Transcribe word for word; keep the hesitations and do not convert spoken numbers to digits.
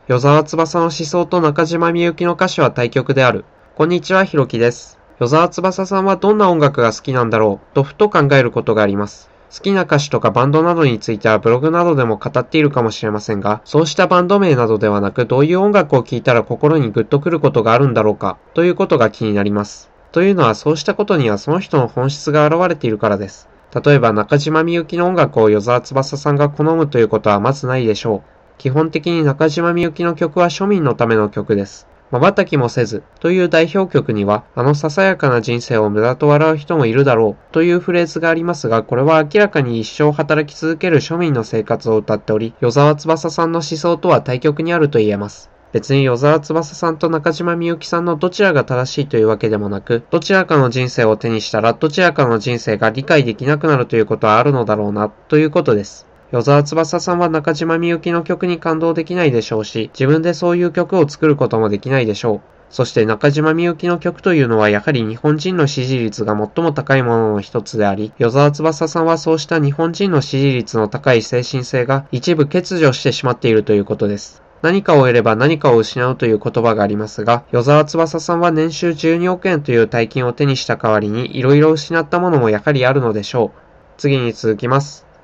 与沢翼の思想と中島みゆきの歌詞は対極である。こんにちは、ひろきです。与沢翼さんはどんな音楽が好きなんだろうとふと考えることがあります。好きな歌手とかバンドなどについてはブログなどでも語っているかもしれませんが、そうしたバンド名などではなく、どういう音楽を聴いたら心にグッとくることがあるんだろうかということが気になります。というのは、そうしたことにはその人の本質が現れているからです。例えば中島みゆきの音楽を与沢翼さんが好むということはまずないでしょう。基本的に中島みゆきの曲は庶民のための曲です。瞬きもせずという代表曲には、あのささやかな人生を無駄と笑う人もいるだろうというフレーズがありますが、これは明らかに一生働き続ける庶民の生活を歌っており、与沢翼さんの思想とは対極にあると言えます。別に与沢翼さんと中島みゆきさんのどちらが正しいというわけでもなく、どちらかの人生を手にしたらどちらかの人生が理解できなくなるということはあるのだろうなということです。与沢翼さんは中島みゆきの曲に感動できないでしょうし、自分でそういう曲を作ることもできないでしょう。そして中島みゆきの曲というのはやはり日本人の支持率が最も高いものの一つであり、与沢翼さんはそうした日本人の支持率の高い精神性が一部欠如してしまっているということです。何かを得れば何かを失うという言葉がありますが、与沢翼さんは年収じゅうにおくえんという大金を手にした代わりにいろいろ失ったものもやはりあるのでしょう。次に続きます。